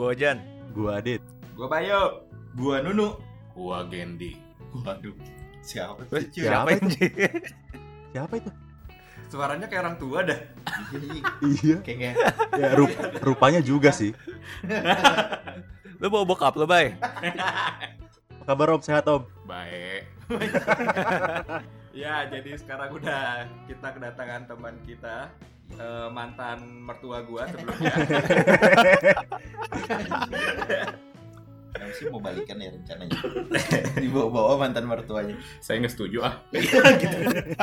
Gua Ojan. Gua Adit. Gua Bayo. Gua Nunu. Gua Gendi. Waduh, siapa sih? Siapa ini? Siapa itu? Suaranya kayak orang tua dah. Iya. Kayaknya Ya, rupanya juga sih. Lu bawa bokap lu, Bay? Apa kabar Om? Sehat Om? Baik. Ya, jadi sekarang udah kita kedatangan teman kita, mantan mertua gua sebelumnya. Kenapa sih mau balikan ya rencananya? Dibawa-bawa mantan mertuanya. Saya nggak setuju Gitu.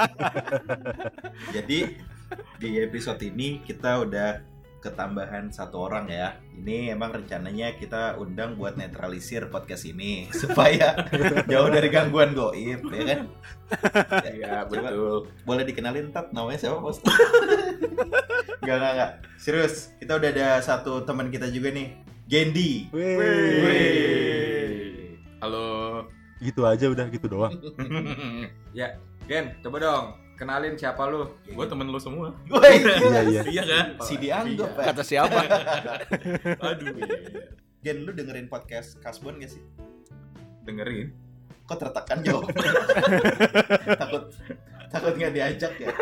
Jadi di episode ini kita udah ketambahan satu orang ya. Ini emang rencananya kita undang buat netralisir podcast ini supaya jauh dari gangguan goib, ya kan? Iya, Coba, betul. boleh dikenalin Tat, namanya siapa Bos? Enggak. Serius, kita udah ada satu teman kita juga nih, Gendi. Wih. Halo. Gitu aja udah gitu doang. Ya, Gen, coba dong kenalin siapa lu? Gua temen lu semua. Woi, Iya. Iya kan? si dianggap ya. Kata siapa? Aduh. Gen, lu dengerin podcast Kasbon gak sih? Dengerin. Kok tertekan jawab? takut nggak diajak ya?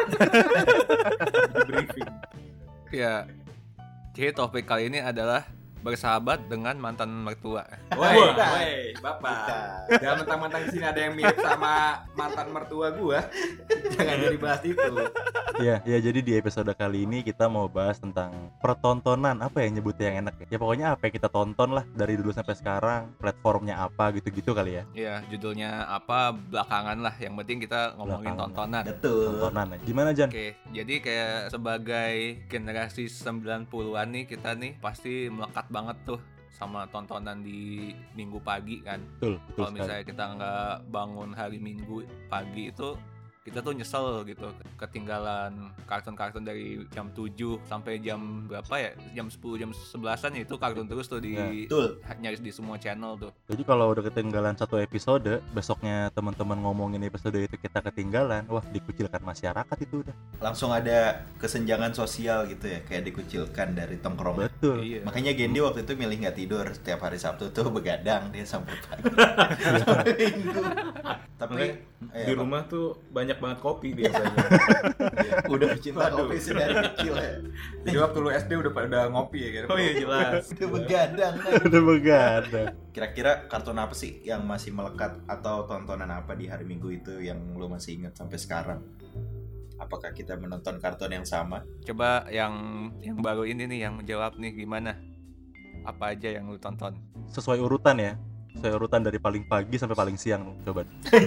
Di briefing. Ya. Jadi topik kali ini adalah bersahabat dengan mantan mertua. Woi, Bapak. Bukan. Jangan mentang-mentang di sini ada yang mirip sama mantan mertua gua. Jangan dibahas itu. Iya, jadi di episode kali ini kita mau bahas tentang pertontonan. Apa ya nyebutnya yang enak ya? Ya pokoknya apa yang kita tonton lah dari dulu sampai sekarang. Platformnya apa gitu-gitu kali ya. Iya, judulnya apa belakangan lah. Yang penting kita ngomongin Belakangan. tontonan. Betul. Tontonan. Gimana Jan? Oke, jadi kayak sebagai generasi 90-an nih kita nih pasti melekat banget tuh sama tontonan di Minggu pagi kan. Betul Kalau sekali. misalnya kita nggak bangun hari Minggu pagi itu kita tuh nyesel gitu ketinggalan kartun-kartun dari jam 7 sampai jam berapa ya, jam 10 jam 11an itu kartun terus tuh di Betul. nyaris di semua channel tuh. Jadi kalau udah ketinggalan satu episode, besoknya teman-teman ngomongin episode itu kita ketinggalan, wah dikucilkan masyarakat itu udah. Langsung ada kesenjangan sosial gitu ya, kayak dikucilkan dari tongkrongan. Betul. Iya. Makanya Gendi waktu itu milih nggak tidur setiap hari Sabtu tuh begadang dia sampai pagi. Sampai Minggu. Tapi Di rumah tuh banyak banget kopi biasanya. udah pecinta kopi sih dari kecil ya. Jadi waktu lu SD udah pada ngopi ya kan? Oh iya jelas. Udah begadang. Udah begadang. Kira-kira kartun apa sih yang masih melekat atau tontonan apa di hari Minggu itu yang lu masih ingat sampai sekarang? Apakah kita menonton kartun yang sama? Coba yang baru ini nih yang menjawab nih gimana? Apa aja yang lu tonton? Sesuai urutan ya. Sesuai urutan dari paling pagi sampai paling siang. Coba.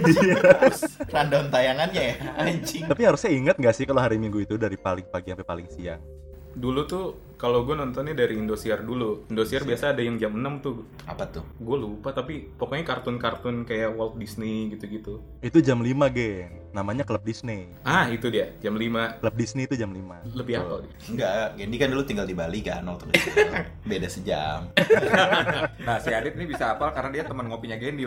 Rundown tayangannya ya, anjing. Tapi harusnya ingat nggak sih kalau hari Minggu itu dari paling pagi sampai paling siang? Dulu tuh kalau gue nontonnya dari Indosiar dulu. Indosiar biasa ada yang jam 6 tuh. Apa tuh? Gue lupa tapi pokoknya kartun-kartun kayak Walt Disney gitu-gitu. Itu jam 5 geng. Namanya Klub Disney. Ah, itu dia. Jam 5. Klub Disney itu jam 5. Lebih apa dia? Enggak, Gendi kan dulu tinggal di Bali kan waktu kecil. Beda sejam. Nah, si Adit ini bisa hafal karena dia teman ngopinya Gendi.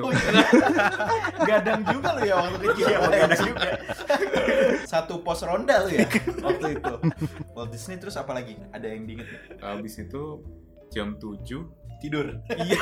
Gadang juga lu ya waktu kecil. Gadang juga. Satu pos ronda lu ya waktu itu. Walt Disney terus apa lagi? Ada yang diinget nggak? Habis itu jam 7 Tidur. Iya.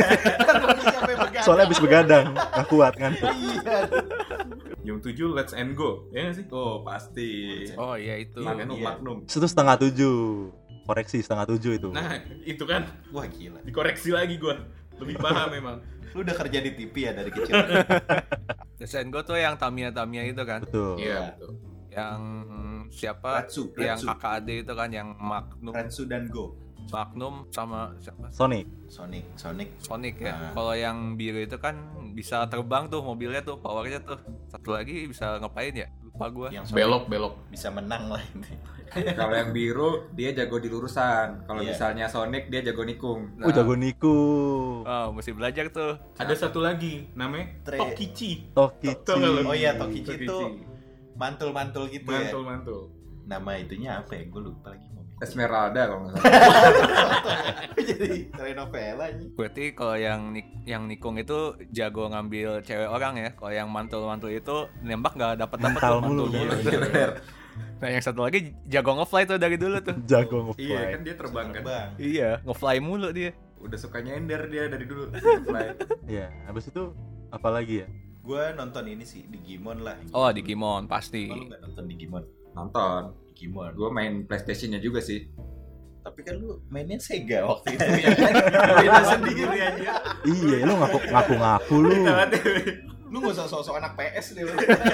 Soalnya habis begadang, nggak kuat ngantuk. Iya. Jam 7 Let's and Go. Ya nggak sih? Oh, pasti. Oh iya itu. Magnum, Iya. Magnum. Itu 6:30. Koreksi 6:30 itu. Nah, itu kan Wah gila. dikoreksi lagi gue. Lebih paham memang. Lu udah kerja di TV ya dari kecil. Desain gue tuh yang Tamiya itu kan. Betul. Iya, betul. Yang siapa? Ratsu, Yang Ratsu. kakak ade itu kan yang Magnum Rensu dan Go. sama siapa? Sonic. Sonic ya. Nah. Kalau yang biru itu kan bisa terbang tuh mobilnya tuh, powernya tuh. Satu lagi bisa ngapain ya? Lupa gua. Yang Sonic Belok. bisa menang lah ini. Kalau yang biru dia jago di lurusan. Kalau Iya. misalnya Sonic dia jago nikung. Oh jago Niku. Oh, mesti belajar tuh. Ada satu lagi namanya Tre- Tokichi. Tokichi. Tau nggak lu? Oh iya, Tokichi itu mantul-mantul gitu ya. Mantul. Nama itunya apa ya? Gue lupa lagi. Esmeralda kalau nggak salah. Jadi telenovela nih. Berarti kalau yang nikung itu jago ngambil cewek orang ya. Kalau yang mantul itu nembak nggak dapat Mental mulu. mulu. Iya, bener. Nah yang satu lagi jago nge-fly tuh dari dulu tuh. Jago Iya nge-fly. kan dia terbang kan. Bang. Iya, nge-fly mulu dia. Udah suka nyender dia dari dulu. Fly. Iya, habis itu apa lagi ya? Gue nonton ini sih Digimon lah. Oh, Digimon pasti. Oh, lu nggak nonton Digimon? Nonton. Digimon. Gue main PlayStation-nya juga sih. Tapi kan lu mainnya Sega waktu itu ya kan? Beda sendiri aja. Iya, lu ngaku-ngaku lu. Lu gak usah sok-sok anak PS deh.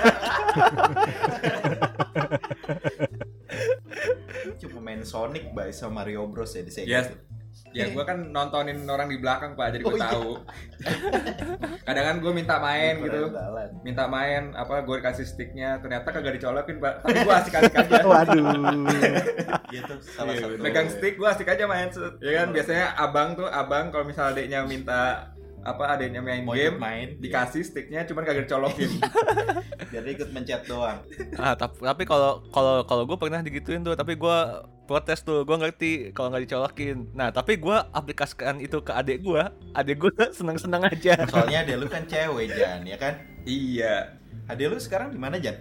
Cuma main Sonic by sama Mario Bros ya di Sega. Yes. Ya gue kan nontonin orang di belakang Pak, jadi gue tahu. Kadang kan gue minta main gitu. Minta main apa gue dikasih sticknya, ternyata kagak dicolokin Pak. Tapi gue asik-asik aja. Waduh. Iya tuh salah satu. Megang stick gue asik aja main. Ya kan biasanya abang kalau misal adiknya minta adiknya main Mau game, ikut main, dikasih sticknya cuman kagak dicolokin. Biar dia ikut mencet doang. Tapi kalau gue pernah digituin tuh, tapi gue protes tuh, gue ngerti kalau nggak dicolokin. Nah tapi gue aplikasikan itu ke adik gue senang-senang aja. Soalnya dia lu kan cewek Jan, ya kan? Iya. Adek lu sekarang di mana Jan?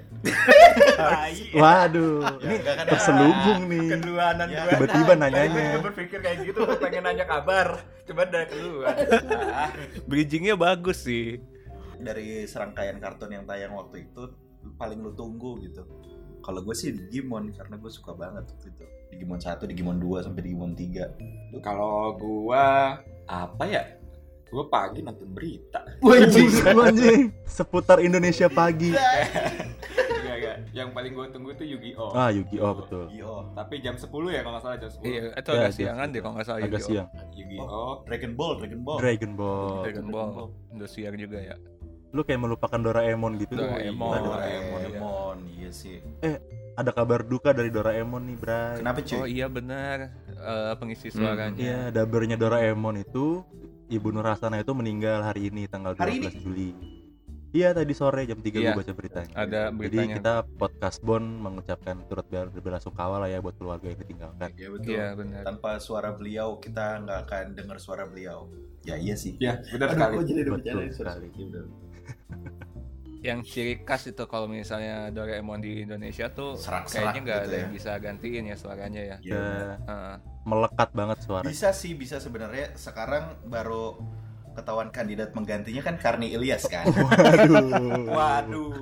Waduh, Ya, ini enggak kan, terselubung nih. Keduanan Ya. gue. Tiba-tiba nanyanya. Gue berpikir kayak gitu, pengen nanya kabar. Coba udah keluar. Bridgingnya bagus sih. Dari serangkaian kartun yang tayang waktu itu paling lu tunggu gitu. Kalau gue sih Digimon karena gue suka banget waktu itu. Digimon 1, Digimon 2 sampai Digimon 3. Kalau gua apa ya? Gua pagi nonton berita. Anjing, seputar Indonesia pagi. Enggak. Yang paling gua tunggu tuh Yu-Gi-Oh. Ah, Yu-Gi-Oh betul. Yu-Gi-Oh. Tapi jam 10 ya kalau nggak salah jam 10. Iya, itu Ya, agak jam siangan 10. deh kalau nggak salah. Agak Yu-Gi-Oh. siang. Yu-Gi-Oh. Dragon Ball. Dragon Ball. Dragon Ball. Indosiar juga ya. Lu kayak melupakan Doraemon gitu. Doraemon. Doraemon. Iya sih. Ada kabar duka dari Doraemon nih, Bray. Kenapa cuy? Oh iya benar. Pengisi suaranya. Iya, dabernya Doraemon itu Ibu Nur Hasana itu meninggal hari ini tanggal 12 Hari ini? Juli. Iya, tadi sore jam 3 Iya, gue baca beritanya. ada Jadi beritanya. kita podcast Bon mengucapkan turut belasungkawa lah ya buat keluarga yang ditinggalkan. Iya betul. Iya benar. Tanpa suara beliau kita nggak akan dengar suara beliau. Ya iya sih. Ya, benar Aduh, sekali. kok jadi ada Betul bercanda suara sekali. Suki, udah. Yang ciri khas itu kalau misalnya Doraemon di Indonesia tuh Serak-serak kayaknya nggak gitu ada ya. yang bisa gantiin ya suaranya ya. Iya, benar. Heeh. Melekat banget suara. Bisa sebenarnya sekarang baru ketahuan kandidat menggantinya kan Karni Ilyas kan. Waduh.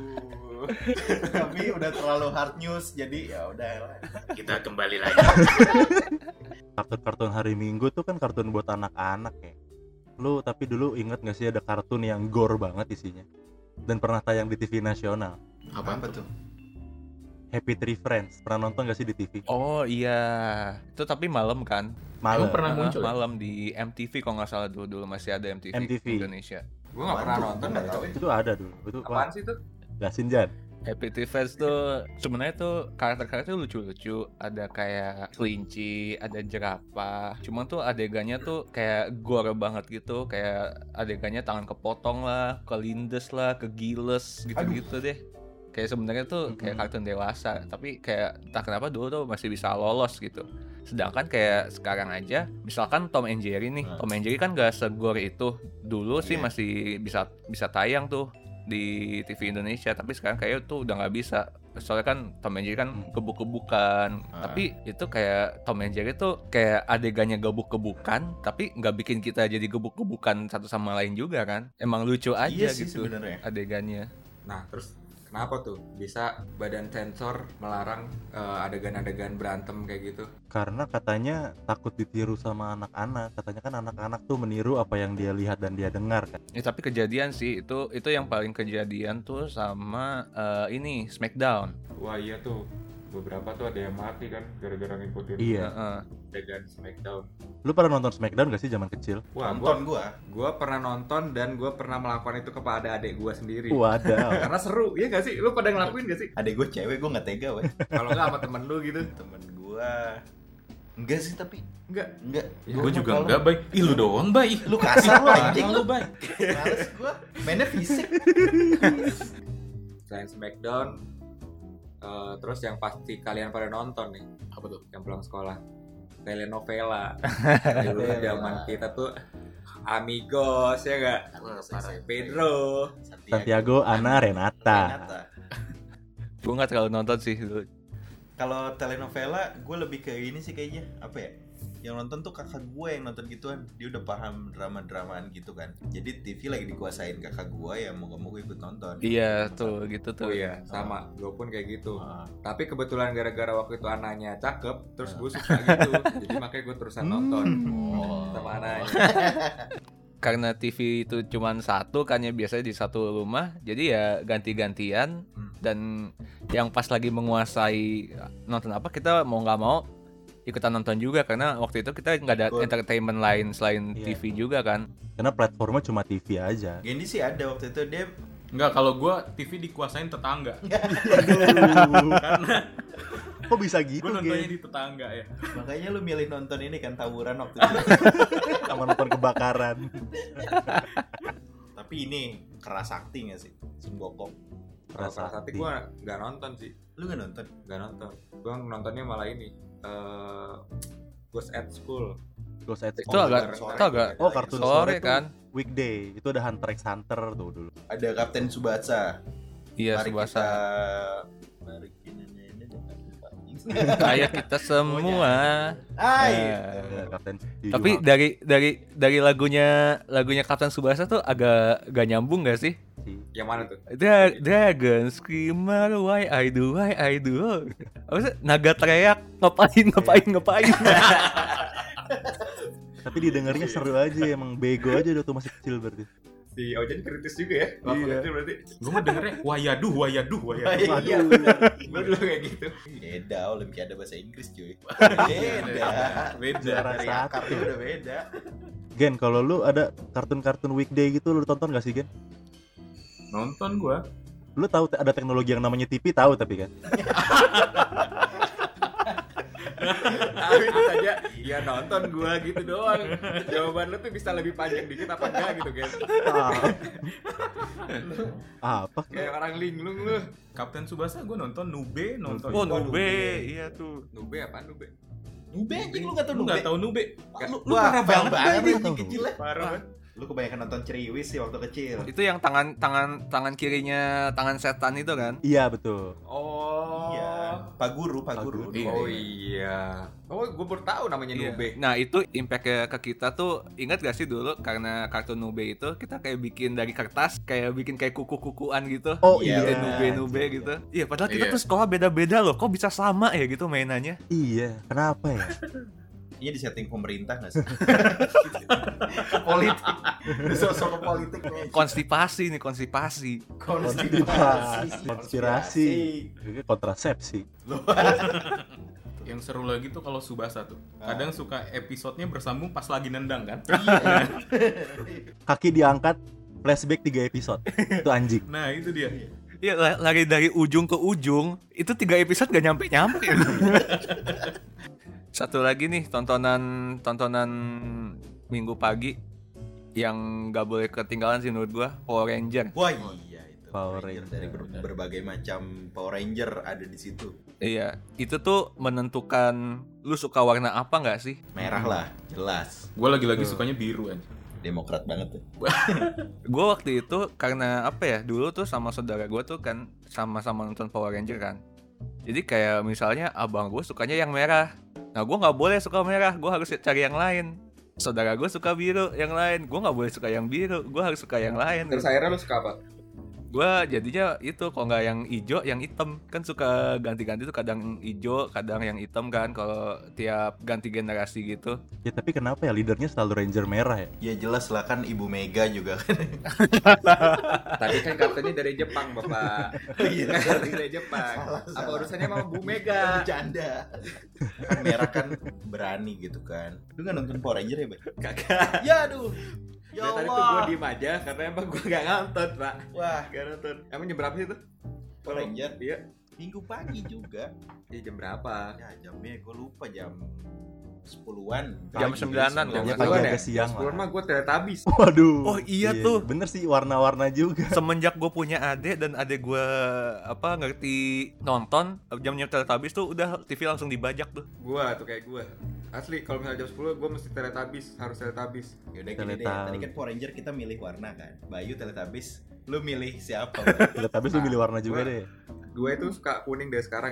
Tapi udah terlalu hard news jadi ya udah lah. Kita kembali lagi. Kartun-kartun hari Minggu tuh kan kartun buat anak-anak ya. Lu tapi dulu inget gak sih ada kartun yang gore banget isinya? Dan pernah tayang di TV nasional. Apa tuh? Happy Tree Friends. Pernah nonton gak sih di TV? Oh iya, itu tapi malam kan? Malam. Emang pernah muncul ya? Malam di MTV kalau nggak salah dulu masih ada MTV, MTV. Indonesia. Gua nggak pernah nonton, nggak tahu. Itu ada dulu. Itu Apaan sih itu? Gasin Jan. Happy Tree Friends tuh sebenarnya tuh karakter-karakternya lucu-lucu, ada kayak kelinci, ada jerapah. Cuman tuh adegannya tuh kayak gore banget gitu, kayak adegannya tangan kepotong lah, kelindes lah, kegiles gitu-gitu deh. Kayak sebenarnya tuh kayak kartun dewasa, tapi kayak entah kenapa dulu tuh masih bisa lolos gitu. Sedangkan kayak sekarang aja, misalkan Tom and Jerry nih, Tom and Jerry kan gak segore itu. Dulu sih masih bisa tayang tuh di TV Indonesia, tapi sekarang kayak tuh udah nggak bisa. Soalnya kan Tom and Jerry kan gebuk-gebukan, tapi itu kayak Tom and Jerry tuh kayak adegannya gebuk-gebukan, tapi nggak bikin kita jadi gebuk-gebukan satu sama lain juga kan. Emang lucu aja Iya sih gitu sebenarnya. adegannya. Nah, terus kenapa tuh bisa badan sensor melarang adegan-adegan berantem kayak gitu? Karena katanya takut ditiru sama anak-anak. Katanya kan anak-anak tuh meniru apa yang dia lihat dan dia dengar kan. Ya tapi kejadian sih itu yang paling kejadian tuh sama ini Smackdown. Wah iya tuh, beberapa tuh ada yang mati kan gara-gara ngikutin Iya. Heeh. adegan Smackdown. Lu pernah nonton Smackdown gak sih zaman kecil? Wah, Nonton gua pernah nonton dan gua pernah melakukan itu kepada adik gua sendiri. Wadah. Karena seru, iya gak sih? Lu pada ngelakuin gak sih? Adek gue cewek, gue nggak tega weh. Kalau nggak sama temen lu gitu? Temen gue enggak sih tapi Enggak. Gue juga enggak, Bay. Ih lu doang, Bay. Lu kasar lu anjing lu, Bay. Males gue mainnya fisik. Selain Smackdown, terus yang pasti kalian pada nonton nih, Apa tuh? yang pulang sekolah, telenovela. Dulu zaman kita tuh Amigos ya gak? Pedro. Santiago, Ana, Renata. Gue nggak terlalu nonton sih dulu. Kalau telenovela gue lebih ke ini sih kayaknya apa ya? Yang nonton tuh kakak gue yang nonton gituan. Dia udah paham drama-dramaan gitu kan. Jadi TV lagi dikuasain kakak gue, ya mau gak mau gue ikut nonton. Iya tuh gitu tuh. Oh iya, sama. Gue pun kayak gitu. Ah. Tapi kebetulan gara-gara waktu itu anaknya cakep, terus gue suka gitu. Jadi makanya gue terusan nonton sama anaknya. Karena TV itu cuma satu kan ya, biasanya di satu rumah, jadi ya ganti-gantian. Dan yang pas lagi menguasai nonton apa, kita mau nggak mau ikutan nonton juga, karena waktu itu kita nggak ada entertainment lain selain TV juga kan. Karena platformnya cuma TV aja. Gendy sih ada waktu itu, dia Enggak, kalau gua TV dikuasain tetangga. Karena Kok bisa gitu, gua nontonnya Gen? di tetangga ya. makanya lu milih nonton ini kan tawuran waktu itu. Sama nonton kebakaran. Tapi ini keras sakti gak sih? Sun Gokong. Kalau salah satu gue nggak nonton sih, Lu gak nonton? nggak nonton. Gue nontonnya malah ini, Ghost at School. Ghost at Itu School. agak Oh, kartun sore sore tuh kan. weekday. Itu ada Hunter x Hunter tuh dulu. Ada Kapten Tsubasa. Iya, Mari Tsubasa. Mari kita Kayak kita semua. Hai. Ada Kapten Yu Yu Tapi Hakusho dari lagunya Kapten Tsubasa tuh agak gak nyambung gak sih? sih. Yang mana tuh? Dragon Screamer, why I do. Apa sih? Naga teriak, ngapain. Tapi didengarnya seru aja, emang bego aja waktu masih kecil berarti. Si Ojan kritis juga ya? Waktu Iya. kecil berarti. Gua mah dengernya wayaduh. Iya, Gue dulu kayak gitu. beda Olimpiade bahasa Inggris cuy. Beda. Juara Dari satu. akarnya udah beda. Gen, kalau lu ada kartun-kartun weekday gitu lu tonton gak sih, Gen? Nonton gua. Lu tahu ada teknologi yang namanya TV, tahu tapi kan? Tapi itu saja, ya nonton gue gitu doang. Jawaban lu tuh bisa lebih panjang dikit apa enggak gitu kan? Apa? Kayak orang linglung lu. Kapten Tsubasa gua nonton, Nube nonton. Oh, Nube, iya tuh. Nube apaan Nube? Nube anjing, lu gak tau Lu Nube? nggak tahu Nube? Lu parah banget banget. anjing kecilnya. Parah. Lu kebanyakan nonton Ceriwis sih waktu kecil. Itu yang tangan kirinya tangan setan itu kan? Iya, betul. Oh. Iya. Pak Guru. Iya. Oh iya. Oh, gue baru tahu namanya Iya. Nube. Nah itu impact ke kita tuh, ingat gak sih dulu karena kartun Nube itu kita kayak bikin dari kertas, kayak bikin kayak kuku-kukuan gitu. Oh Iya. iya. Nube gitu. Iya padahal kita Iya. tuh sekolah beda-beda loh, kok bisa sama ya gitu mainannya. Iya, kenapa ya? Ini di setting pemerintah gak sih? Politik. Sosok ke politik nih. Konstipasi. Konspirasi. Kontrasepsi. Yang seru lagi tuh kalau Tsubasa tuh. Kadang suka episodenya bersambung pas lagi nendang kan. Kaki diangkat, flashback 3 episode. Itu anjing. Nah, itu dia. Iya lari dari ujung ke ujung, itu 3 episode gak nyampe. Satu lagi nih tontonan minggu pagi yang gak boleh ketinggalan sih menurut gua, Power Ranger. Wah iya itu. Power Dari Ranger. berbagai macam Power Ranger ada di situ. Iya, itu tuh menentukan lu suka warna apa nggak sih? Merah lah, jelas. Gua lagi-lagi sukanya biru aja. Demokrat banget tuh. Gue waktu itu karena apa ya, dulu tuh sama saudara gue tuh kan sama-sama nonton Power Ranger kan. Jadi kayak misalnya abang gue sukanya yang merah, nah gue nggak boleh suka merah, gue harus cari yang lain. Saudara gue suka biru, yang lain gue nggak boleh suka yang biru, gue harus suka yang lain. Terus akhirnya lu suka apa? Gue jadinya itu, kalau nggak yang hijau, yang hitam. Kan suka ganti-ganti tuh, kadang hijau, kadang yang hitam kan, kalau tiap ganti generasi gitu. Ya tapi kenapa ya leadernya selalu Ranger merah ya? Ya jelas lah kan Ibu Mega juga kan. Tadi kan kaptennya dari Jepang, Bapak. Iya. Dari Jepang. Apa urusannya sama Bu Mega? Bercanda. Kan merah kan berani gitu kan. Lu gak nonton Power Ranger ya, Bay? Kagak. Ya aduh. Ya Dari tadi tuh gue Allah. diem aja karena emang gue gak nonton, Pak. Wah, Gak nonton. Emang jam berapa sih itu? Power Ranger Iya. minggu pagi juga. Iya jam berapa? Ya jamnya gue lupa, jam 10-an. Jam Pagi, 9-an, jam Ya, 10-an. pagi 10-an agak siang Jam 10-an lah. mah gue Teletubbies. Waduh. Oh, iya tuh. Bener sih, warna-warna juga. Semenjak gue punya adik dan adik gue ngerti nonton, jamnya Teletubbies tuh udah TV langsung dibajak tuh. Gue tuh kayak gue. Asli kalau misalnya jam 10 gue mesti Teletubbies, harus Teletubbies. Yaudah gini deh, Teletubbies. tadi kan Power Ranger kita milih warna kan. Bayu Teletubbies, lu milih siapa? Tapi lu milih warna juga Gua- deh. Gue itu suka kuning dari sekarang ya.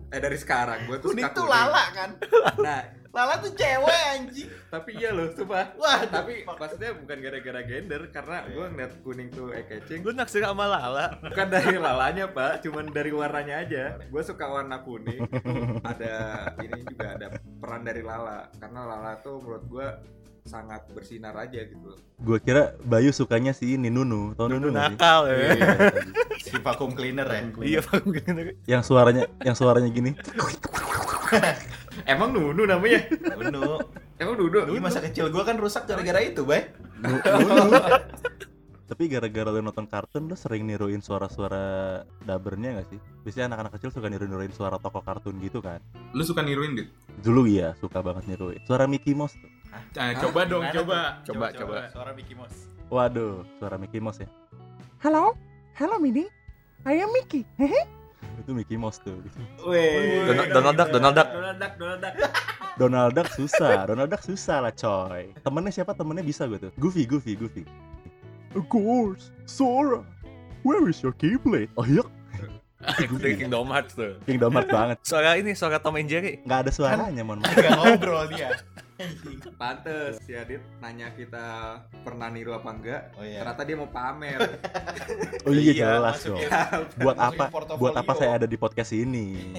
Dari sekarang gue tuh Kuning suka tuh kuning. Lala kan. Nah, Lala tuh cewek anjing. tapi iya loh, sumpah. Wah, Tapi maksudnya bukan gara-gara gender, karena gue ngeliat kuning tuh eye-catching. Gue naksir sama Lala. Bukan dari lalanya pak, cuman dari warnanya aja. Gue suka warna kuning. Ada ini juga ada peran dari Lala, karena Lala tuh menurut gue sangat bersinar aja gitu. Gue kira Bayu sukanya si ini Nunu. Tau Nunu nggak sih? Nakal ya. Iya, tadi. si vacuum cleaner ya. Iya Pak mungkin. yang suaranya gini. Emang Nunu namanya? Nunu. Emang Nunu? Ini masa kecil gua kan rusak gara-gara itu, Bay. Nunu. Tapi gara-gara lo nonton kartun lo sering niruin suara-suara dubbernya gak sih? Biasanya anak-anak kecil suka niruin suara tokoh kartun gitu kan. Lu suka niruin, Dit? Dulu iya suka banget niruin suara Mickey Mouse tuh. Coba dong, Gimana coba. Coba. Suara Mickey Mouse. Waduh, suara Mickey Mouse ya. Hello? Hello, Minnie. I am Mickey. Itu Mickey Mouse tuh. Weh. Donald Duck. Donald Duck. Donald Duck susah lah coy. Temennya siapa? Temennya bisa gue tuh. Goofy. Of course, Sora. Where is your Keyblade? Oh iya, Dari Kingdom Hearts tuh. Kingdom Hearts banget. Suara Tom and Jerry. Nggak ada suaranya, mohon maaf. Enggak ngobrol dia. Pantes si Adit nanya kita pernah niru apa enggak. Oh iya. Ternyata dia mau pamer. Oh iya Iya, jelas masukin. dong. Buat apa? Masukin portofolio. Buat apa saya ada di podcast ini?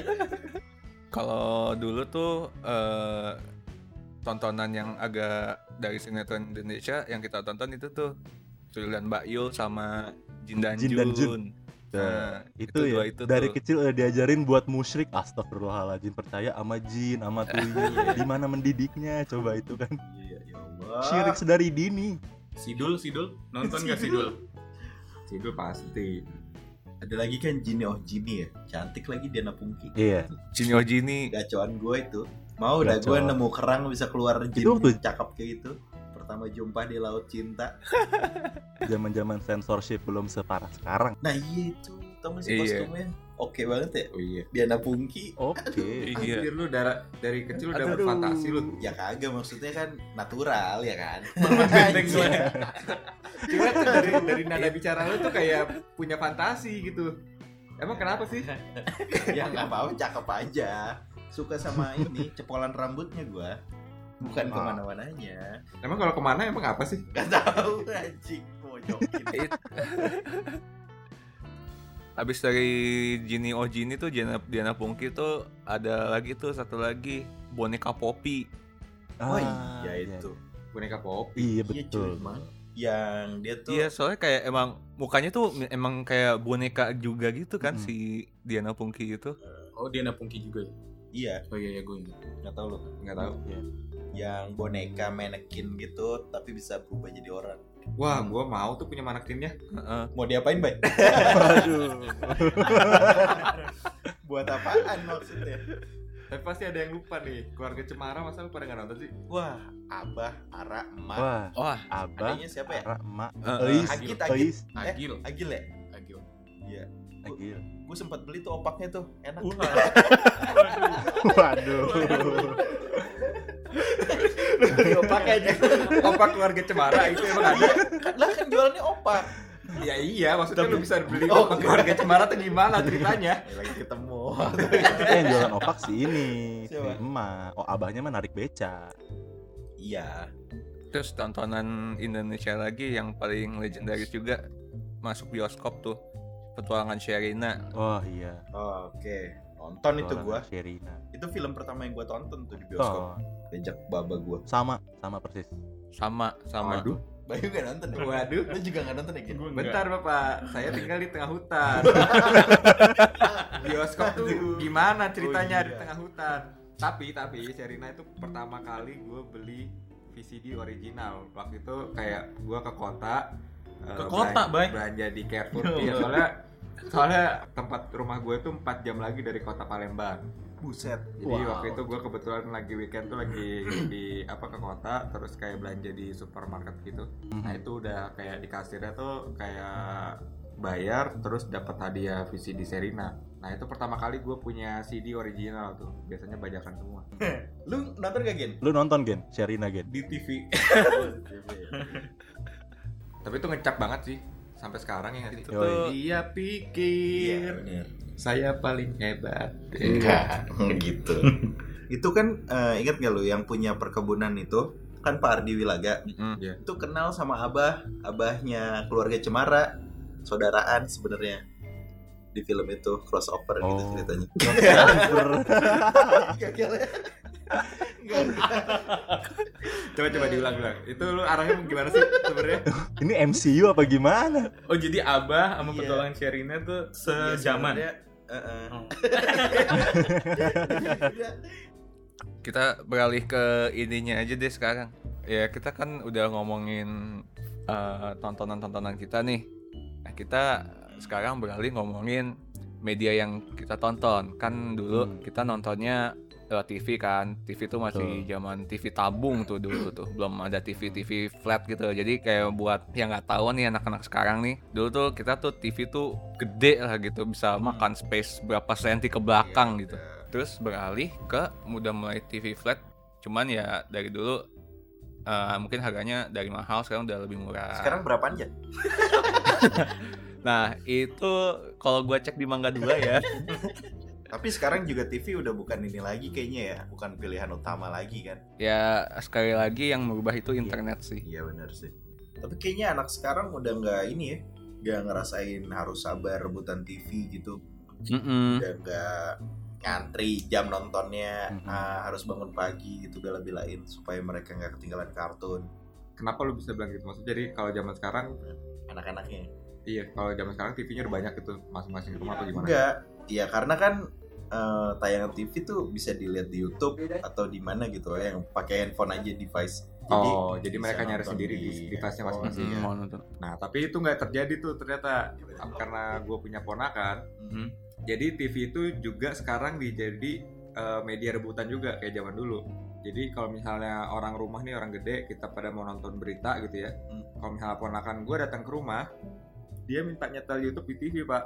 Kalau dulu tuh tontonan yang agak dari sinetron Indonesia yang kita tonton itu tuh Tuyul dan Mbak Yul sama Jin dan Jin dan Jun. Jun. Nah, itu itu dua ya. itu Dari tuh. kecil diajarin buat musyrik. Astagfirullahaladzim, percaya sama jin, sama tuyul. Di mana mendidiknya? Coba itu kan. Iya, ya Allah. Syirik sedari dini. Sidul, nonton gak Sidul? Sidul pasti. Ada lagi kan Jini ya. Cantik lagi Diana Pungki. Iya. Jinny Ojini. Gacoan gue itu. Mau dah gue Gacor. nemu kerang bisa keluar jin Itu waktu- cakep kayak gitu. Pertama jumpa di Laut Cinta. Zaman-zaman censorship belum separah sekarang. Nah iya itu. Tau gak sih Iya. kostumnya? Oke banget ya. Oh iya. Diana Pungki. Oke. Iya. Anjir lu dari kecil udah Aduh. berfantasi lu. Ya kagak maksudnya kan natural ya kan. Benteng gue. Cuma tuh dari nada bicara lu tuh kayak punya fantasi gitu. Emang kenapa sih? Ya nggak apa-apa cakep aja. Suka sama ini cepolan rambutnya gua. Bukan kemana-mananya. Emang kalau kemana emang apa sih? Gak tahu anjing mojokin. Habis dari Jinny Ojini tuh Diana Pungki tuh ada lagi tuh satu lagi boneka Poppy. Oh iya itu. Boneka pop. Iya Iya betul. cuy. Yang dia tuh Iya, soalnya kayak emang mukanya tuh emang kayak boneka juga gitu kan Hmm. si Diana Pungki itu. Oh, Diana Pungki juga ya? iya Oh iya, gue ingat. nggak tahu lu. Nggak tahu. Yang boneka manekin gitu tapi bisa berubah jadi orang. Wah, gua mau tuh punya manekinnya. Heeh. Mau diapain, Bay? Waduh. Buat apaan maksudnya? Tapi pasti ada yang lupa nih. Keluarga Cemara masa lu pada nggak nonton sih? Wah, Abah, Ara, Emak. Wah, Wah, abah, Adanya siapa ya? Ara, emak, Heeh. Agit. Eis, Agil. Agil ya? Agil. Iya. Agil. Gue sempat beli tuh opaknya tuh, enak. Waduh. Opak aja. Opak keluarga Cemara itu emang ada. Lah kan jualannya opak. Ya iya, maksudnya lu bisa beli opak keluarga Cemara tuh gimana ceritanya? Ya, lagi ketemu. Tapi yang jualan opak si ini, si Siapa? emak. Oh, abahnya mah narik beca. Iya. terus tontonan Indonesia lagi yang paling legendaris juga masuk bioskop tuh Petualangan Sherina. Oh iya. Oke. Nonton itu gua. Sherina. Itu film pertama yang gua tonton tuh di bioskop. Oh, Diajak baba gua. sama persis. Sama Waduh. Bayu gak nonton ya? Waduh. Lu juga gak nonton ya, Gin? Bentar Bapak, saya tinggal di tengah hutan. Bioskop tuh gimana ceritanya Oh, iya. di tengah hutan? Tapi Sherina itu pertama kali gue beli VCD original. Waktu itu kayak gue ke kota. Ke kota, Bay? Belanja di Carrefour. Iya, soalnya tempat rumah gue tuh 4 jam lagi dari kota Palembang. Buset. Jadi Wow. waktu itu gue kebetulan lagi weekend tuh lagi di ke kota, terus kayak belanja di supermarket gitu. Nah itu udah kayak di kasirnya tuh kayak bayar terus dapat hadiah VCD Sherina. Nah itu pertama kali gue punya CD original tuh. Biasanya bajakan semua. Lu nonton gak, Gin? Lu nonton Gen? Sherina Gen? Di TV. Tapi itu ngecap banget sih sampai sekarang ya nggak sih? Itu tuh Dia pikir Iya, bener. Saya paling hebat. Enggak, gitu. Itu kan ingat nggak lu yang punya perkebunan itu kan Pak Ardi Wilaga. Itu kenal sama abahnya keluarga Cemara, saudaraan sebenarnya di film itu crossover gitu ceritanya. Coba diulang. Itu lu arahnya gimana sih sebenarnya? Ini MCU apa gimana? Oh jadi Abah sama petualangan Sherina tuh sejaman. Kita beralih ke ininya aja deh sekarang. Ya kita kan udah ngomongin tontonan-tontonan kita nih. Nah, kita sekarang beralih ngomongin media yang kita tonton. Kan dulu kita nontonnya lewat TV kan. TV tuh masih zaman TV tabung tuh dulu tuh. Belum ada TV flat gitu. Jadi kayak buat yang nggak tahu nih anak-anak sekarang nih. Dulu tuh kita tuh TV tuh gede lah gitu. Bisa makan space berapa senti ke belakang gitu. Terus beralih ke udah mulai TV flat. Cuman ya dari dulu mungkin harganya dari mahal sekarang udah lebih murah. Sekarang berapa aja? Nah itu kalau gue cek di Mangga 2 ya. Tapi sekarang juga TV udah bukan ini lagi kayaknya ya, bukan pilihan utama lagi kan? Ya sekali lagi yang merubah itu internet sih. Iya benar sih. Tapi kayaknya anak sekarang udah nggak ini ya, nggak ngerasain harus sabar rebutan TV gitu. Udah nggak ngantri jam nontonnya, harus bangun pagi gitu bela-belain supaya mereka nggak ketinggalan kartun. Kenapa lu bisa bilang gitu? Maksudnya jadi kalau zaman sekarang Anak-anaknya. iya, kalau zaman sekarang TV-nya udah banyak gitu masing-masing rumah atau gimana? Enggak, iya karena kan tayangan TV tuh bisa dilihat di YouTube atau di mana gitu yang pakai handphone aja device. Jadi mereka nyari sendiri di device-nya masing-masing. Mau nonton. Nah, tapi itu nggak terjadi tuh ternyata karena gue punya ponakan. Jadi TV itu juga sekarang dijadi media rebutan juga kayak zaman dulu. Jadi kalau misalnya orang rumah nih orang gede kita pada mau nonton berita gitu ya. Kalau misalnya ponakan gue datang ke rumah, dia minta nyetel YouTube di TV, Pak.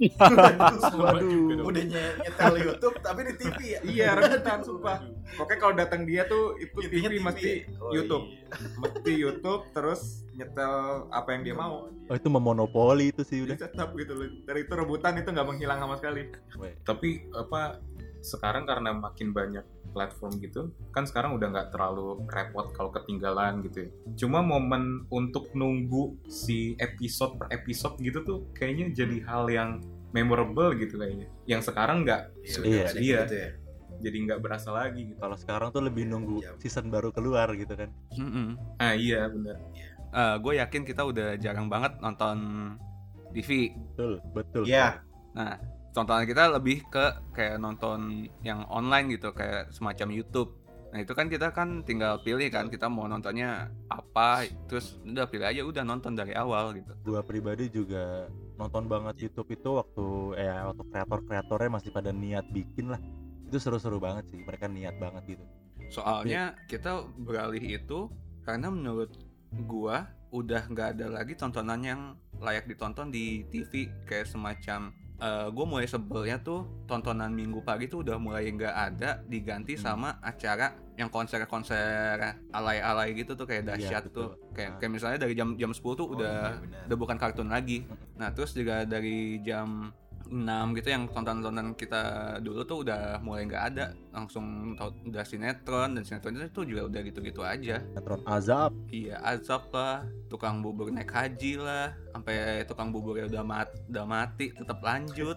Waduh, udah nyetel YouTube tapi di TV ya? Iya, rebutan sumpah. Pokoknya kalau datang dia tuh itu Intinya TV mesti YouTube. Iya. Mesti YouTube terus nyetel apa yang dia mau. Oh itu memonopoli itu sih udah. Jadi tetap gitu loh. Dari itu rebutan itu nggak menghilang sama sekali. Tapi sekarang karena makin banyak platform gitu, kan sekarang udah nggak terlalu repot kalau ketinggalan gitu ya. Cuma momen untuk nunggu si episode per episode gitu tuh kayaknya jadi hal yang memorable gitu kayaknya. Yang sekarang nggak, Iya. Gitu ya. jadi nggak berasa lagi gitu. Kalau sekarang tuh lebih nunggu season baru keluar gitu kan. Ah iya benar. Gue yakin kita udah jarang banget nonton TV. Betul. Iya. Nah, tontonan kita lebih ke kayak nonton yang online gitu, kayak semacam YouTube. Nah itu kan kita kan tinggal pilih kan, kita mau nontonnya apa, terus udah pilih aja, udah nonton dari awal gitu. Gua pribadi juga nonton banget YouTube itu waktu kreator-kreatornya masih pada niat bikin lah. Itu seru-seru banget sih, mereka niat banget gitu. Soalnya kita beralih itu karena menurut gua udah nggak ada lagi tontonan yang layak ditonton di TV, kayak semacam gue mulai sebelnya tuh tontonan minggu pagi tuh udah mulai nggak ada, diganti sama acara yang konser-konser alay-alay gitu tuh kayak dahsyat tuh kayak misalnya dari jam 10 tuh udah bukan kartun lagi. Nah terus juga dari jam 6 gitu yang tonton-tontonan kita dulu tuh udah mulai nggak ada, langsung udah sinetron, dan sinetron itu juga udah gitu-gitu aja. Sinetron Azab. Iya, Azab lah, tukang bubur naik haji lah, sampai tukang buburnya udah mati tetap lanjut.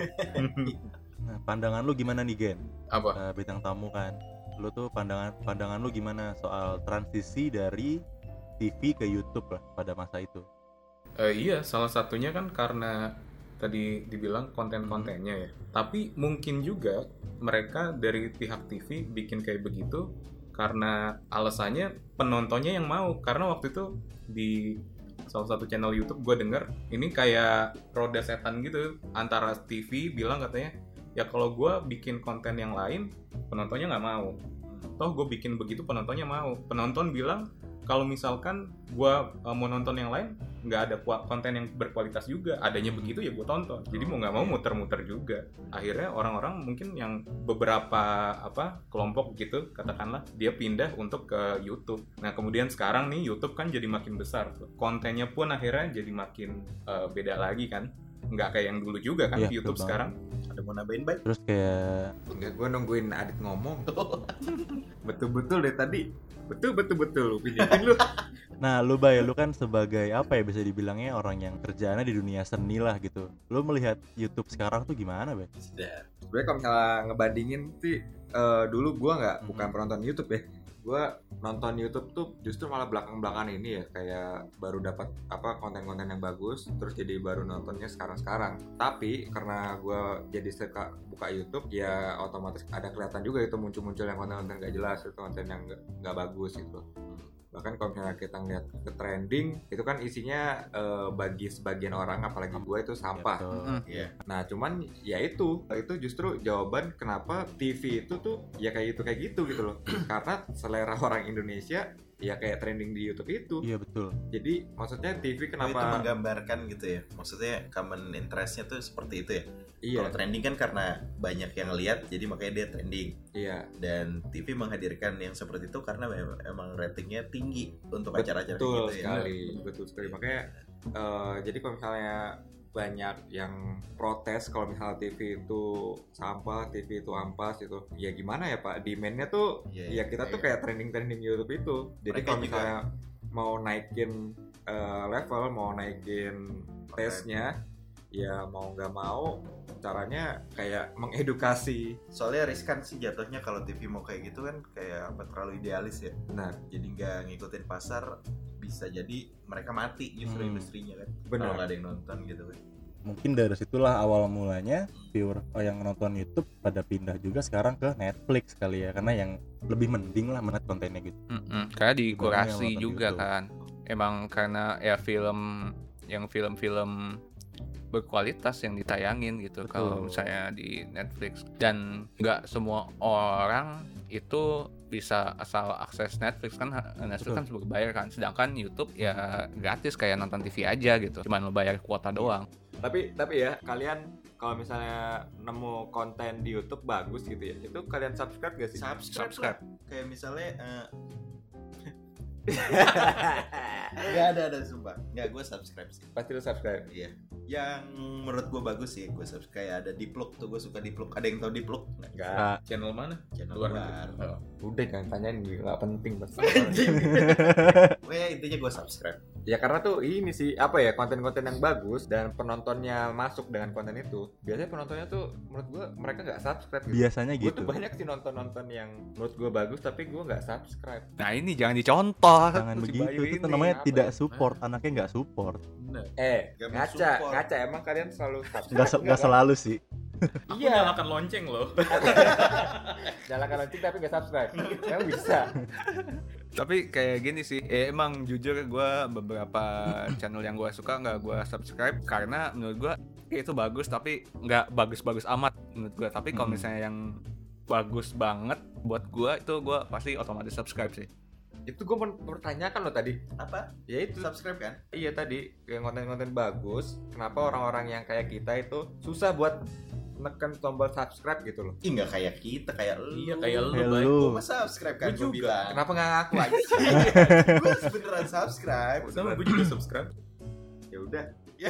Nah, pandangan lu gimana nih Gen? Apa? Bintang tamu kan. Lu tuh pandangan lu gimana soal transisi dari TV ke YouTube lah pada masa itu? Iya, salah satunya kan karena tadi dibilang konten-kontennya ya. Tapi mungkin juga mereka dari pihak TV bikin kayak begitu karena alasannya penontonnya yang mau. Karena waktu itu di salah satu channel YouTube gue denger ini kayak roda setan gitu, antara TV bilang katanya ya kalau gue bikin konten yang lain penontonnya nggak mau, toh gue bikin begitu penontonnya mau. Penonton bilang kalau misalkan gue mau nonton yang lain nggak ada konten yang berkualitas juga, adanya begitu ya gue tonton. Jadi mau nggak mau muter-muter juga. Akhirnya orang-orang mungkin yang beberapa kelompok gitu katakanlah dia pindah untuk ke YouTube. Nah kemudian sekarang nih YouTube kan jadi makin besar, kontennya pun akhirnya jadi makin beda lagi kan. Nggak kayak yang dulu juga kan, YouTube sekarang Ada mau nambahin, Bay? Terus kayak Enggak, gue nungguin Adit ngomong. Betul-betul deh tadi. Betul lu pinjemin lu. nah lu Bay, lu kan sebagai apa ya bisa dibilangnya orang yang kerjaannya di dunia seni lah gitu. Lu melihat YouTube sekarang tuh gimana, Bay? Sudah. Sebenarnya kalau misalnya ngebandingin sih dulu gue bukan penonton YouTube ya. Gue nonton YouTube tuh justru malah belakang-belakangan ini ya, kayak baru dapat konten-konten yang bagus, terus jadi baru nontonnya sekarang. Tapi karena gue jadi suka buka YouTube, ya otomatis ada kelihatan juga itu muncul-muncul yang konten-konten gak jelas, itu konten yang gak bagus gitu. Bahkan kalau misalnya kita ngeliat ke trending, itu kan isinya bagi sebagian orang, apalagi gue, itu sampah. Iya. Nah cuman ya itu justru jawaban kenapa TV itu tuh ya kayak gitu loh. Karena selera orang Indonesia ya kayak trending di YouTube itu. Iya betul. Jadi maksudnya TV Itu kenapa menggambarkan gitu ya. Maksudnya common interest-nya tuh seperti itu ya. iya Kalau trending kan karena banyak yang lihat, jadi makanya dia trending. iya Dan TV menghadirkan yang seperti itu karena emang ratingnya tinggi untuk acara-acara betul gitu ya. sekali, betul sekali. Makanya jadi kalau misalnya banyak yang protes kalau misalnya TV itu sampah, TV itu ampas itu, ya gimana ya Pak, demand-nya tuh Iya, ya kita tuh kayak trending YouTube itu. Jadi Mereka kalau juga misalnya mau naikin level, mau naikin tesnya, ya mau nggak mau caranya kayak mengedukasi. Soalnya riskan sih jatuhnya kalau TV mau kayak gitu kan, kayak terlalu idealis ya. Nah, Jadi nggak ngikutin pasar, bisa jadi mereka mati justru industrinya kan. benar. Kalau nggak ada yang nonton gitu kan. Mungkin dari situlah awal mulanya viewer yang nonton YouTube pada pindah juga sekarang ke Netflix kali ya, karena yang lebih mending lah melihat kontennya gitu. Kayak dikurasi Dibanding yang juga nonton kan. Emang karena ya film berkualitas yang ditayangin gitu. Betul. Kalau misalnya di Netflix, dan nggak semua orang itu bisa asal akses Netflix kan. Netflix kan berbayar kan, sedangkan YouTube ya gratis kayak nonton TV aja gitu, cuman lo bayar kuota doang. Tapi ya kalian kalau misalnya nemu konten di YouTube bagus gitu ya, itu kalian subscribe gak sih? Subscribe. Kayak misalnya nggak ada sumpah. Nggak, gue subscribe sih. Pasti lu subscribe. Iya. Yang menurut gue bagus sih, gue subscribe. Kayak ada Diplok tuh, gue suka Diplok. Ada yang tahu Diplok nggak? Enggak. Channel mana? Channel Luar luar. negeri. Udah jangan tanyain, nggak penting pasti. Pokoknya intinya gue subscribe. Ya karena tuh ini sih apa ya, konten-konten yang bagus dan penontonnya masuk dengan konten itu. Biasanya penontonnya tuh menurut gue mereka nggak subscribe gitu. Biasanya Gue gitu. tuh banyak sih nonton yang menurut gue bagus tapi gue nggak subscribe. Nah ini jangan dicontoh. Jangan Si begitu, Bayu itu ini. namanya apa tidak ya? support, anaknya nggak support. Bener. Gak mensupport. Ngaca emang kalian selalu subscribe? Nggak selalu sih. Aku Iya. nyalakan lonceng loh. Nyalakan lonceng tapi nggak subscribe. Emang bisa. Tapi kayak gini sih, emang jujur gue beberapa channel yang gue suka nggak gue subscribe karena menurut gue itu bagus tapi nggak bagus-bagus amat menurut gue. Tapi kalau misalnya yang bagus banget buat gue, itu gue pasti otomatis subscribe sih. Itu gue mempertanyakan lo tadi. Apa? Ya itu. Subscribe kan? Iya tadi, yang konten-konten bagus, kenapa orang-orang yang kayak kita itu susah buat neken tombol subscribe gitu loh? Ih, nggak kayak kita, kayak lu. Iya, kayak lu, Kayak Bay. lu. Gue mah subscribe kan, Gua gue juga. bilang. Kenapa nggak ngaku aja sih? Gue beneran subscribe. Sama gue juga subscribe. Ya udah. Ya.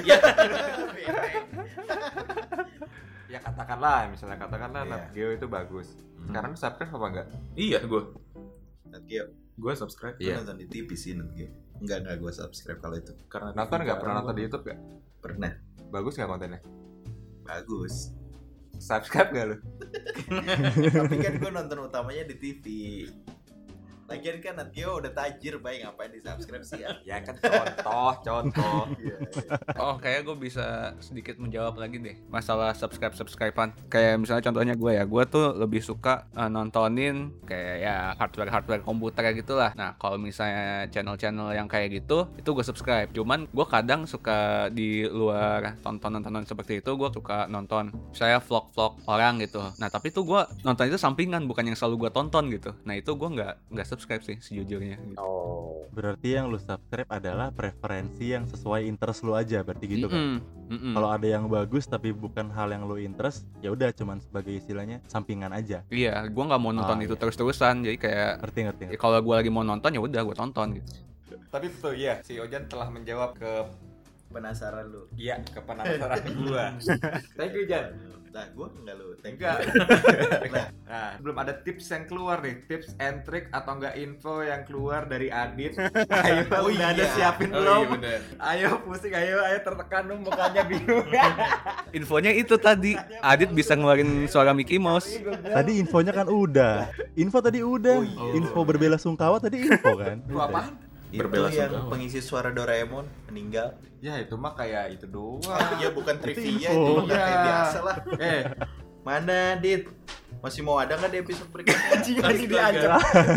Ya katakanlah Iya. Nat Geo itu bagus. Sekarang lu subscribe apa enggak? Iya, gue Nanti subscribe. Iya. nonton di TV sih nanti. Enggak gue subscribe kalau itu. Karena Nonton nggak? TV Pernah nonton gua- di YouTube nggak? Pernah. Bagus nggak kontennya? Bagus. Subscribe nggak lu? Tapi kan gue nonton utamanya di TV. Lagian kan Natio udah tajir, Bay, ngapain di subscribe sih ya? Ya kan contoh. Iya. Oh, kayak gue bisa sedikit menjawab lagi deh masalah subscribe-subscribean. Kayak misalnya contohnya gue tuh lebih suka nontonin kayak ya hardware komputer gitu lah. Nah, kalau misalnya channel-channel yang kayak gitu, itu gue subscribe. Cuman gue kadang suka di luar tontonan seperti itu, gue suka nonton saya vlog-vlog orang gitu. Nah, tapi tuh gue nonton itu sampingan, bukan yang selalu gue tonton gitu. Nah, itu gue nggak subscribe sih sejujurnya gitu. Oh. Berarti yang lu subscribe adalah preferensi yang sesuai interest lu aja, berarti gitu kan? Mm-mm. Kalau ada yang bagus tapi bukan hal yang lu interest, ya udah cuman sebagai istilahnya sampingan aja. Iya, gue nggak mau nonton itu iya. terus-terusan. Jadi kayak Ngerti. ya, kalau gue lagi mau nonton ya udah gue tonton gitu. Tapi betul ya, si Ojan telah menjawab ke Penasaran lu. iya ke penasaran gua. Thank you Jan. Nah, gue enggak lu. Enggak. Nah, Nah, belum ada tips yang keluar nih, tips and trick atau enggak info yang keluar dari Adit. Ayo, Oh udah ada iya. siapin Oh belum? iya benar. Ayo pusing, ayo tertekan dong mukanya bingung. Infonya itu tadi, Adit bisa ngeluarin suara Mickey Mouse. Tadi infonya kan udah. Info tadi udah. Oh, iya. Info berbela sungkawa tadi info kan. Itu apaan? itu Berbela yang sungkawa. pengisi suara Doraemon meninggal. Ya itu mah kayak itu doang. Ya bukan trivia, info. itu mah kayak Iya. biasa lah. Mana Dit? Masih mau ada nggak di episode berikutnya? Masih diajak.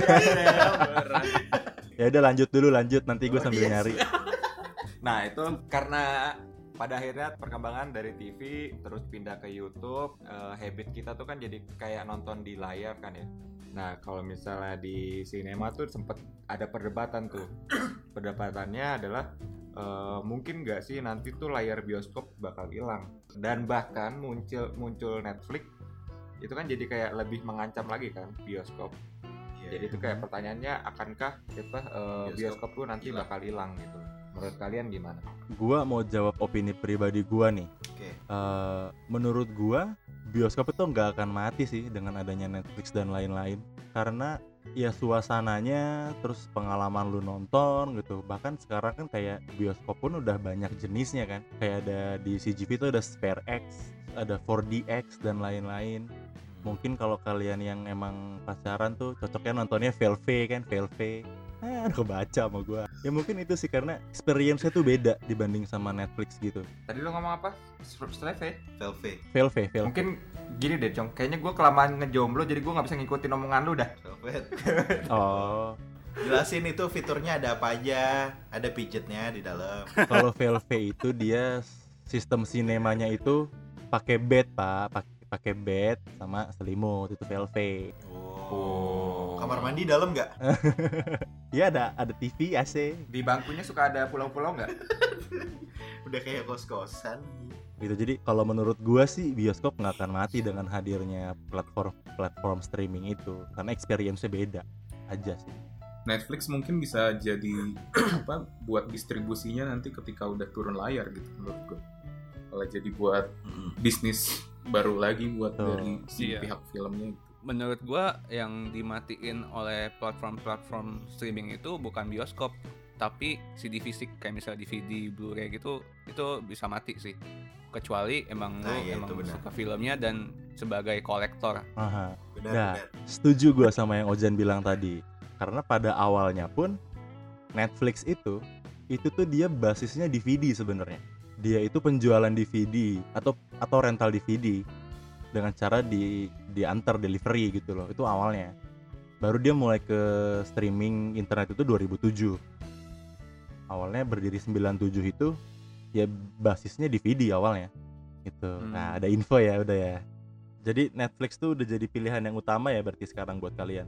Ya udah lanjut dulu, nanti gue sambil Iya nyari. Nah itu karena pada akhirnya perkembangan dari TV terus pindah ke YouTube, habit kita tuh kan jadi kayak nonton di layar kan ya. Nah kalau misalnya di sinema tuh sempet ada perdebatan tuh. Perdebatannya adalah mungkin nggak sih nanti tuh layar bioskop bakal hilang, dan bahkan muncul Netflix itu kan jadi kayak lebih mengancam lagi kan bioskop. Jadi itu kayak pertanyaannya, akankah bioskop tuh nanti hilang. bakal hilang gitu? Menurut kalian gimana? Gua mau jawab opini pribadi gua nih. Oke. Menurut gua bioskop itu nggak akan mati sih dengan adanya Netflix dan lain-lain, karena ya suasananya, terus pengalaman lu nonton gitu. Bahkan sekarang kan kayak bioskop pun udah banyak jenisnya kan, kayak ada di CGV itu ada Spare X, ada 4DX dan lain-lain. Mungkin kalau kalian yang emang pacaran tuh cocoknya nontonnya Velve kan, Velve. Udah kebaca sama gua. Ya mungkin itu sih, karena experience-nya tuh beda dibanding sama Netflix gitu. Tadi lu ngomong apa? Streve? Velve. Velve. Mungkin gini deh, Cong. Kayaknya gue kelamaan ngejomblo, jadi gue nggak bisa ngikutin omongan lu dah. Velvet. Oh, Jelasin itu fiturnya ada apa aja, ada pijitnya di dalam. kalau Velve itu dia sistem sinemanya itu pakai bed, Pak. Pakai bed sama selimut, itu Velve. Oh. Kamar mandi dalam nggak? Ya ada TV, AC. Di bangkunya suka ada pulau-pulau nggak? Udah kayak kos-kosan. Gitu. Jadi kalau menurut gua sih bioskop nggak akan mati dengan hadirnya platform streaming itu, karena experience-nya beda aja sih. Netflix mungkin bisa jadi apa buat distribusinya nanti ketika udah turun layar gitu menurut gue. Kalau jadi buat bisnis baru lagi buat Betul. dari si Iya. pihak filmnya gitu. Menurut gua yang dimatiin oleh platform streaming itu bukan bioskop, tapi CD fisik kayak misalnya DVD, Blu-ray gitu, itu bisa mati sih. Kecuali emang Nah, lu iya, emang itu benar. suka filmnya dan sebagai kolektor. Aha. Benar, Nah, benar. setuju gua sama yang Ojan bilang tadi. Karena pada awalnya pun Netflix itu tuh dia basisnya DVD sebenarnya. Dia itu penjualan DVD atau rental DVD dengan cara diantar delivery gitu loh. Itu awalnya. Baru dia mulai ke streaming internet itu 2007. Awalnya berdiri 97 itu ya basisnya DVD awalnya. Gitu. Nah, ada info ya udah ya. Jadi Netflix tuh udah jadi pilihan yang utama ya berarti sekarang buat kalian.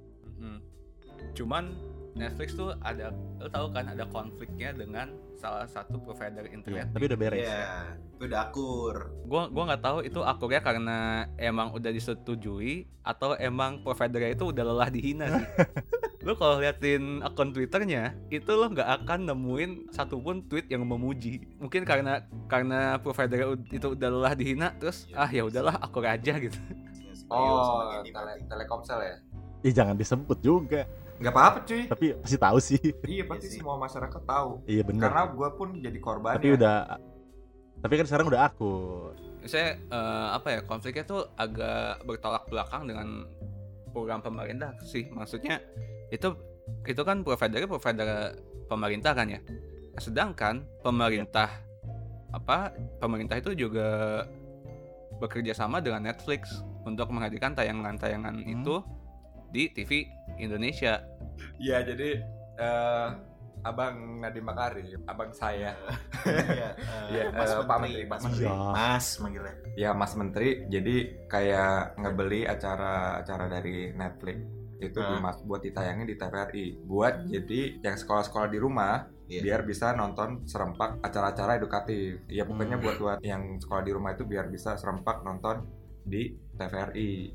Cuman Netflix tuh ada, lo tahu kan ada konfliknya dengan salah satu provider Iya, internet. tapi udah beres. Iya, itu udah akur. Gua nggak tahu itu akurnya karena emang udah disetujui atau emang providernya itu udah lelah dihina sih. Lo kalau liatin akun Twitternya itu lo nggak akan nemuin satupun tweet yang memuji. Mungkin karena providernya itu udah lelah dihina, terus ya udahlah akur aja gitu. Oh, Telkomsel ya? Ih, jangan disebut juga. Nggak apa-apa cuy. Tapi pasti tahu sih. Iya pasti Iya sih. semua masyarakat tahu. Iya benar. Karena gue pun jadi korbannya. Tapi kan sekarang udah akur. Saya konfliknya tuh agak bertolak belakang dengan program pemerintah sih. Maksudnya itu kan provider pemerintah kan ya. Sedangkan pemerintah itu juga bekerja sama dengan Netflix untuk menghadirkan tayangan-tayangan itu di TV Indonesia. Iya jadi Abang Nadiem Makarim, abang saya. Iya, Iya, Pak Menteri, Pak Menteri. Iya. Mas manggilnya. Ya Mas Menteri, jadi kayak ngebeli acara-acara dari Netflix itu buat ditayangin di TVRI. Buat jadi yang sekolah-sekolah di rumah biar bisa nonton serempak acara-acara edukatif. Ya pokoknya buat yang sekolah di rumah itu biar bisa serempak nonton di TVRI.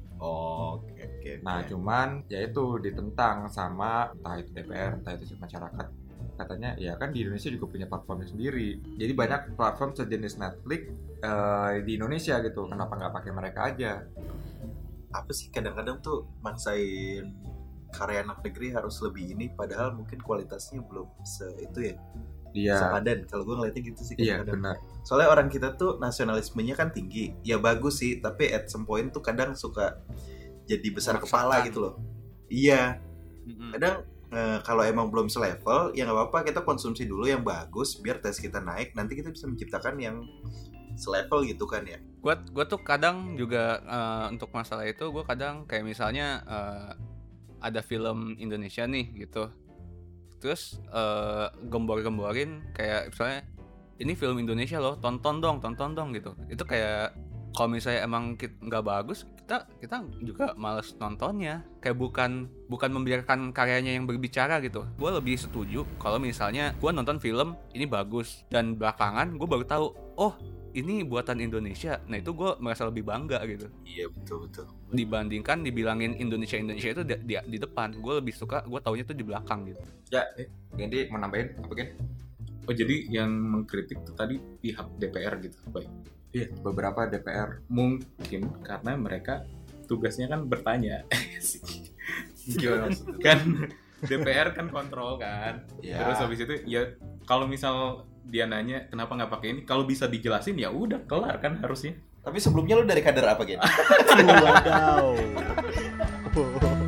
Oke. Nah cuman ya itu ditentang sama entah itu DPR, entah itu masyarakat katanya ya kan di Indonesia juga punya platformnya sendiri. Jadi banyak platform sejenis Netflix di Indonesia gitu. Kenapa nggak pakai mereka aja? Apa sih kadang-kadang tuh maksain karya anak negeri harus lebih ini, padahal mungkin kualitasnya belum itu ya. Iya. Sepadan. Kalau gue ngeliatnya gitu sih Iya kadang-kadang. benar. Soalnya orang kita tuh nasionalismenya kan tinggi. Ya bagus sih, tapi at some point tuh kadang suka jadi besar kepala gitu loh. Iya. Kadang kalau emang belum selevel, ya nggak apa-apa, kita konsumsi dulu yang bagus biar tes kita naik. Nanti kita bisa menciptakan yang selevel gitu kan ya. Gue tuh kadang juga untuk masalah itu gue kadang kayak misalnya ada film Indonesia nih gitu, terus gembor-gemborin kayak misalnya ini film Indonesia loh, tonton dong gitu. Itu kayak kalau misalnya emang nggak bagus, kita juga males nontonnya. Kayak bukan membiarkan karyanya yang berbicara gitu. Gue lebih setuju kalau misalnya gue nonton film ini bagus dan belakangan gue baru tahu, oh ini buatan Indonesia. Nah itu gue merasa lebih bangga gitu. Iya betul. Dibandingkan dibilangin Indonesia itu di depan. Gue lebih suka gue taunya tuh di belakang gitu. Ya, Ganti mau nambahin apa Gen? Oh jadi yang mengkritik tuh tadi pihak DPR gitu, baik? Iya, beberapa DPR. Mungkin karena mereka tugasnya kan bertanya. Gimana? Kan DPR kan kontrol kan. Ya. Terus habis itu ya kalau misal dia nanya kenapa nggak pakai ini, kalau bisa dijelasin ya udah kelar kan harusnya. Tapi sebelumnya lu dari kader apa gitu? Wadaw.